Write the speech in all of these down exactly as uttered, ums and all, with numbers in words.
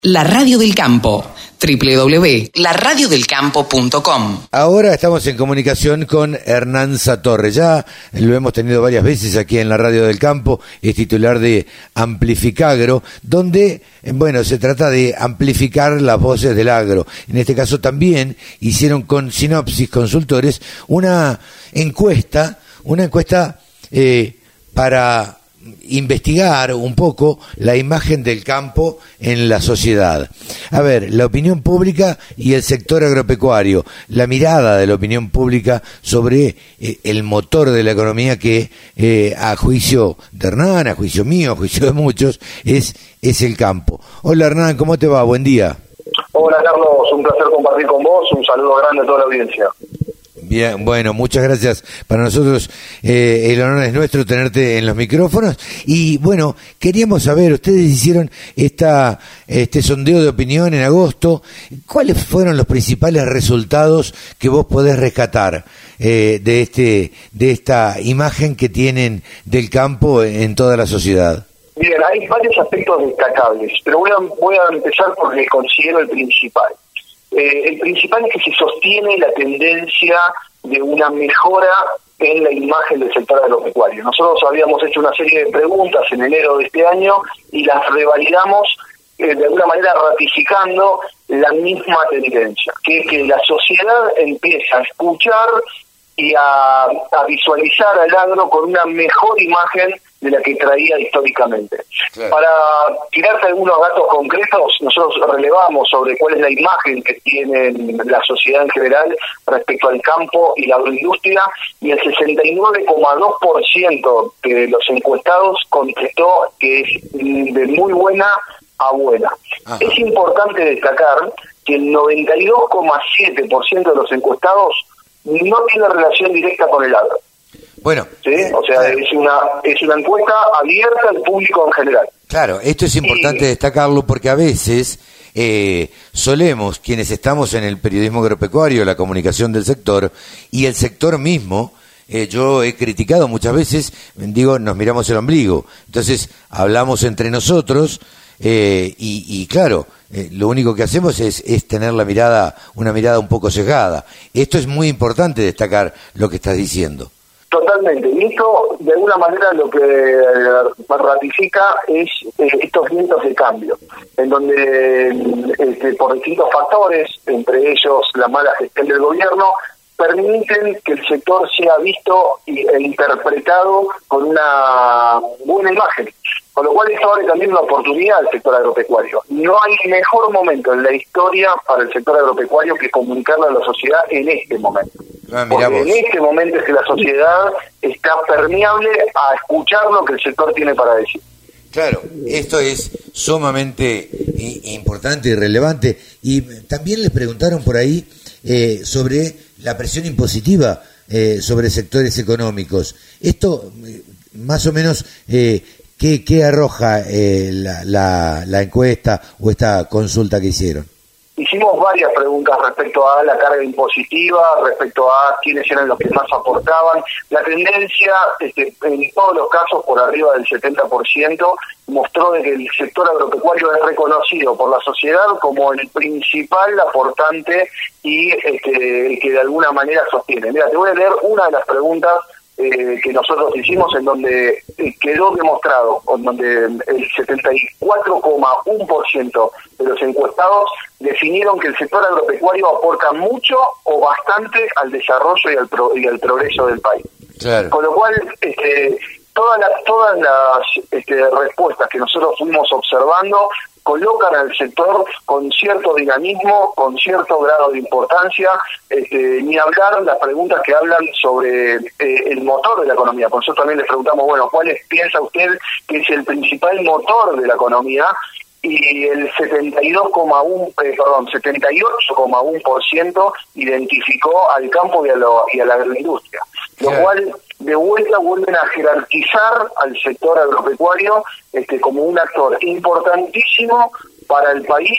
La Radio del Campo, doble u doble u doble u punto la radio del campo punto com. Ahora estamos en comunicación con Hernán Satorre. Ya lo hemos tenido varias veces aquí en la Radio del Campo. Es titular de Amplificagro, donde, bueno, se trata de amplificar las voces del agro. En este caso también hicieron con Sinopsis Consultores una encuesta, una encuesta eh, para investigar un poco la imagen del campo en la sociedad. A ver, la opinión pública y el sector agropecuario, la mirada de la opinión pública sobre eh, el motor de la economía que eh, a juicio de Hernán, a juicio mío, a juicio de muchos, es, es el campo. Hola Hernán, ¿cómo te va? Buen día. Hola Carlos, un placer compartir con vos, un saludo grande a toda la audiencia. Bien, bueno, muchas gracias. Para nosotros eh, el honor es nuestro tenerte en los micrófonos. Y bueno, queríamos saber, ustedes hicieron esta este sondeo de opinión en agosto. ¿Cuáles fueron los principales resultados que vos podés rescatar eh, de este de esta imagen que tienen del campo en toda la sociedad? Bien, hay varios aspectos destacables, pero voy a, voy a empezar por el que considero el principal. Eh, el principal es que se sostiene la tendencia de una mejora en la imagen del sector agropecuario. Nosotros habíamos hecho una serie de preguntas en enero de este año y las revalidamos eh, de alguna manera ratificando la misma tendencia, que es que la sociedad empieza a escuchar y a, a visualizar al agro con una mejor imagen de la que traía históricamente. Claro. Para tirarte algunos datos concretos, nosotros relevamos sobre cuál es la imagen que tiene la sociedad en general respecto al campo y la agroindustria, y el sesenta y nueve coma dos por ciento de los encuestados contestó que es de muy buena a buena. Ajá. Es importante destacar que el noventa y dos coma siete por ciento de los encuestados no tiene relación directa con el agro. Bueno, ¿sí? O sea, claro. es una es una encuesta abierta al público en general. Claro, esto es importante y... destacarlo porque a veces eh, solemos, quienes estamos en el periodismo agropecuario, la comunicación del sector, y el sector mismo, eh, yo he criticado muchas veces, digo, nos miramos el ombligo. Entonces, hablamos entre nosotros eh, y, y claro, eh, lo único que hacemos es, es tener la mirada, una mirada un poco sesgada. Esto es muy importante destacar lo que estás diciendo. Totalmente, y esto de alguna manera lo que ratifica es eh, estos vientos de cambio, en donde este, por distintos factores, entre ellos la mala gestión del gobierno, permiten que el sector sea visto e interpretado con una buena imagen. Con lo cual esto abre también una oportunidad al sector agropecuario. No hay mejor momento en la historia para el sector agropecuario que comunicarlo a la sociedad en este momento. Ah, Porque vos. en este momento es que la sociedad está permeable a escuchar lo que el sector tiene para decir. Claro, esto es sumamente importante y relevante. Y también les preguntaron por ahí eh, sobre la presión impositiva eh, sobre sectores económicos. Esto, más o menos... Eh, ¿Qué, qué arroja eh, la, la, la encuesta o esta consulta que hicieron? Hicimos varias preguntas respecto a la carga impositiva, respecto a quiénes eran los que más aportaban. La tendencia, este, en todos los casos, por arriba del setenta por ciento, mostró de que el sector agropecuario es reconocido por la sociedad como el principal aportante y este, el que de alguna manera sostiene. Mira, te voy a leer una de las preguntas Eh, que nosotros hicimos, en donde eh, quedó demostrado, en donde el setenta y cuatro coma uno por ciento de los encuestados definieron que el sector agropecuario aporta mucho o bastante al desarrollo y al, pro, y al progreso del país. Claro. Con lo cual, este, todas las, todas las este, respuestas que nosotros fuimos observando colocan al sector con cierto dinamismo, con cierto grado de importancia, este, ni hablar las preguntas que hablan sobre eh, el motor de la economía. Por eso también les preguntamos, bueno, ¿cuál es, piensa usted que es el principal motor de la economía? Y el setenta y dos coma uno, eh, perdón, setenta y ocho coma uno por ciento identificó al campo y a, lo, y a la agroindustria, lo yeah. cual de vuelta vuelven a jerarquizar al sector agropecuario este, como un actor importantísimo para el país,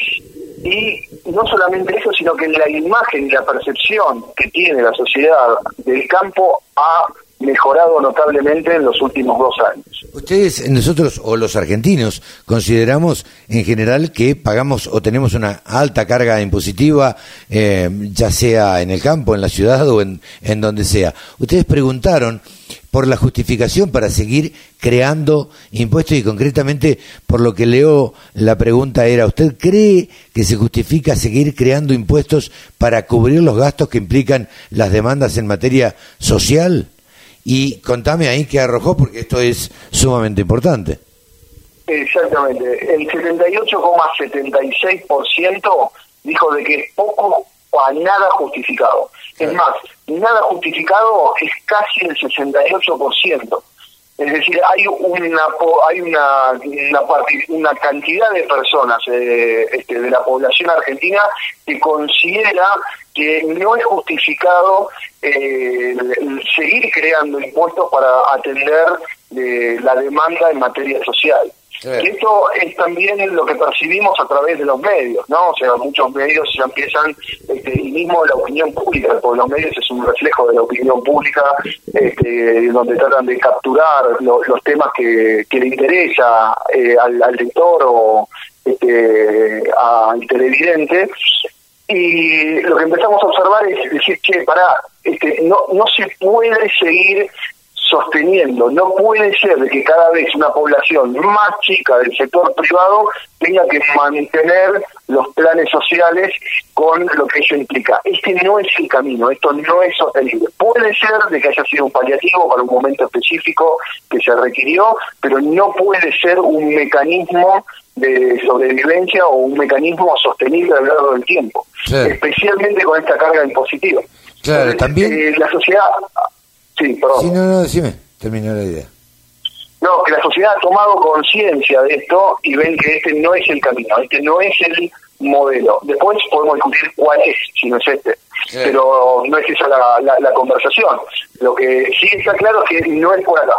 y no solamente eso, sino que la imagen y la percepción que tiene la sociedad del campo ha mejorado notablemente en los últimos dos años. Ustedes, nosotros o los argentinos, consideramos en general que pagamos o tenemos una alta carga impositiva, eh, ya sea en el campo, en la ciudad o en, en donde sea. Ustedes preguntaron por la justificación para seguir creando impuestos y concretamente, por lo que leo, la pregunta era, ¿usted cree que se justifica seguir creando impuestos para cubrir los gastos que implican las demandas en materia social? Y contame ahí qué arrojó, porque esto es sumamente importante. Exactamente. El setenta y ocho coma setenta y seis por ciento dijo de que es poco o a nada justificado. Es más, nada justificado es casi el sesenta y ocho por ciento. Es decir, hay una hay una una, una cantidad de personas eh, este, de la población argentina que considera que no es justificado eh, seguir creando impuestos para atender eh, la demanda en materia social. Sí. Y esto es también lo que percibimos a través de los medios, ¿no? O sea, muchos medios ya empiezan, este, y mismo la opinión pública, porque los medios es un reflejo de la opinión pública, este, donde tratan de capturar lo, los temas que, que le interesa eh, al, al lector o este, al televidente. Y lo que empezamos a observar es decir, che, pará, este, no, no se puede seguir sosteniendo, no puede ser de que cada vez una población más chica del sector privado tenga que mantener los planes sociales con lo que ello implica. Este no es el camino, esto no es sostenible. Puede ser de que haya sido un paliativo para un momento específico que se requirió, pero no puede ser un mecanismo de sobrevivencia o un mecanismo sostenible a lo largo del tiempo, sí. Especialmente con esta carga impositiva. Claro, entonces, también eh, la sociedad... Sí, perdón. Sí, no, no, decime, terminó la idea. No, que la sociedad ha tomado conciencia de esto y ven que este no es el camino, este no es el modelo. Después podemos discutir cuál es, si no es este. Sí. Pero no es esa la, la, la conversación. Lo que sí está claro es que no es por acá.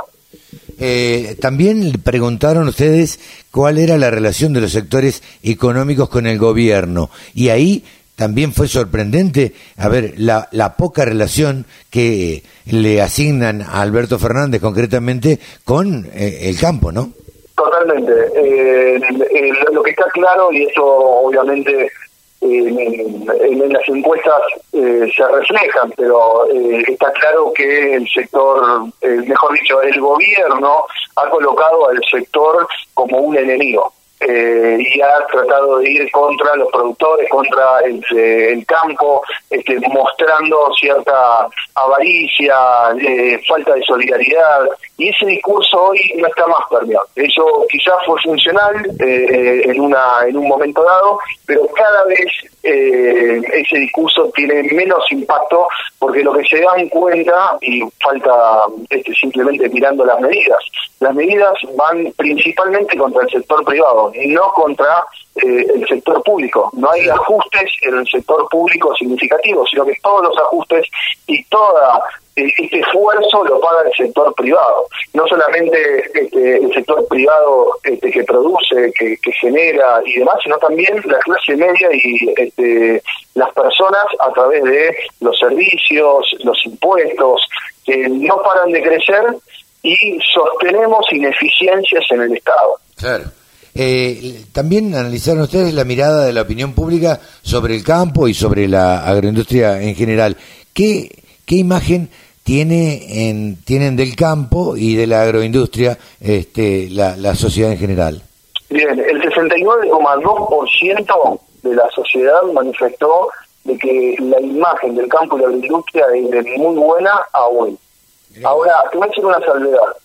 Eh, también preguntaron ustedes cuál era la relación de los sectores económicos con el gobierno. Y ahí también fue sorprendente, a ver, la, la poca relación que le asignan a Alberto Fernández concretamente con eh, el campo, ¿no? Totalmente. Eh, eh, lo que está claro, y eso obviamente eh, en, en las encuestas eh, se reflejan, pero eh, está claro que el sector, eh, mejor dicho, el gobierno ha colocado al sector como un enemigo. Eh, y ha tratado de ir contra los productores, contra el, eh, el campo, este, mostrando cierta avaricia, eh, falta de solidaridad, y ese discurso hoy no está más permeado. Eso quizás fue funcional eh, en una en un momento dado, pero cada vez eh, ese discurso tiene menos impacto, porque lo que se dan cuenta, y falta este, simplemente mirando las medidas, las medidas van principalmente contra el sector privado, no contra eh, el sector público. No hay ajustes en el sector público significativos, sino que todos los ajustes y toda eh, este esfuerzo lo paga el sector privado. No solamente este, el sector privado este, que produce, que, que genera y demás, sino también la clase media y este, las personas a través de los servicios, los impuestos, que no paran de crecer y sostenemos ineficiencias en el Estado. Claro. Eh, también analizaron ustedes la mirada de la opinión pública sobre el campo y sobre la agroindustria en general. ¿Qué, qué imagen tiene en, tienen del campo y de la agroindustria este, la, la sociedad en general? Bien, el sesenta y nueve coma dos por ciento de la sociedad manifestó de que la imagen del campo y la agroindustria es de muy buena a buena. Ahora, te voy a hacer una salvedad.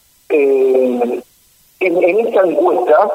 Eh, en, en esta encuesta,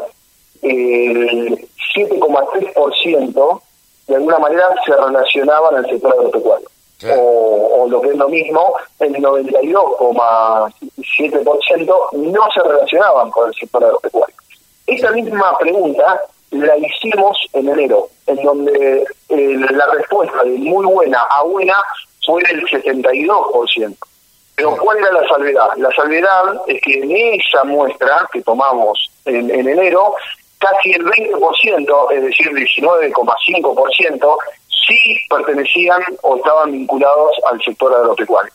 el siete coma tres por ciento de alguna manera se relacionaban al sector agropecuario. Sí. O, o lo que es lo mismo, el noventa y dos coma siete por ciento no se relacionaban con el sector agropecuario. Esta misma pregunta la hicimos en enero, en donde eh, la respuesta de muy buena a buena fue del setenta y dos por ciento. Pero ¿cuál era la salvedad? La salvedad es que en esa muestra que tomamos en, en enero, casi el veinte por ciento, es decir, diecinueve coma cinco por ciento, sí pertenecían o estaban vinculados al sector agropecuario.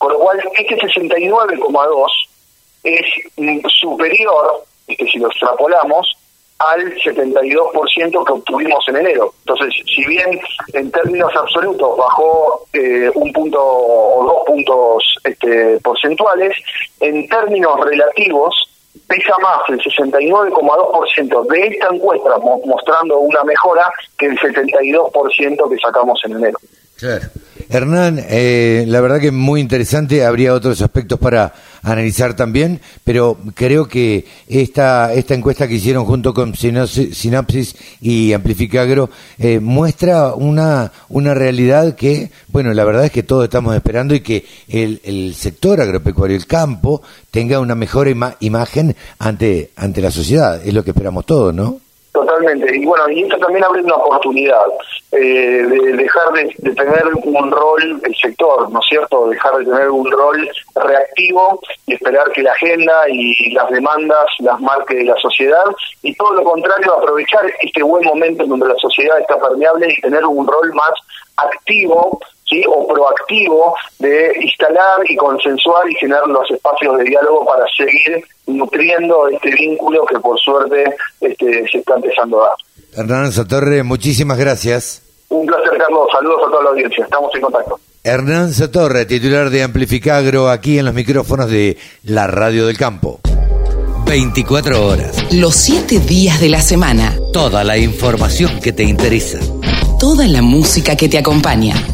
Con lo cual, este sesenta y nueve coma dos es mm, superior, este, si lo extrapolamos, al setenta y dos por ciento que obtuvimos en enero. Entonces, si bien en términos absolutos bajó eh, un punto o dos puntos este, porcentuales, en términos relativos pesa más el sesenta y nueve coma dos por ciento de esta encuesta mo- mostrando una mejora que el setenta y dos por ciento que sacamos en enero. Claro. Hernán, eh, la verdad que muy interesante, habría otros aspectos para analizar también, pero creo que esta esta encuesta que hicieron junto con Sinopsis y Amplificagro eh, muestra una una realidad que, bueno, la verdad es que todos estamos esperando y que el, el sector agropecuario, el campo, tenga una mejor ima- imagen ante ante la sociedad, es lo que esperamos todos, ¿no? Totalmente, y bueno, y esto también abre una oportunidad eh, de dejar de, de tener un rol, el sector, ¿no es cierto?, dejar de tener un rol reactivo y esperar que la agenda y las demandas las marque la sociedad, y todo lo contrario, aprovechar este buen momento en donde la sociedad está permeable y tener un rol más activo, ¿sí?, o proactivo de instalar y consensuar y generar los espacios de diálogo para seguir nutriendo este vínculo que por suerte este, se está empezando a dar. Hernán Satorre, muchísimas gracias. Un placer, Carlos. Saludos a toda la audiencia. Estamos en contacto. Hernán Satorre, titular de Amplificagro, aquí en los micrófonos de la Radio del Campo. veinticuatro horas. Los siete días de la semana. Toda la información que te interesa. Toda la música que te acompaña.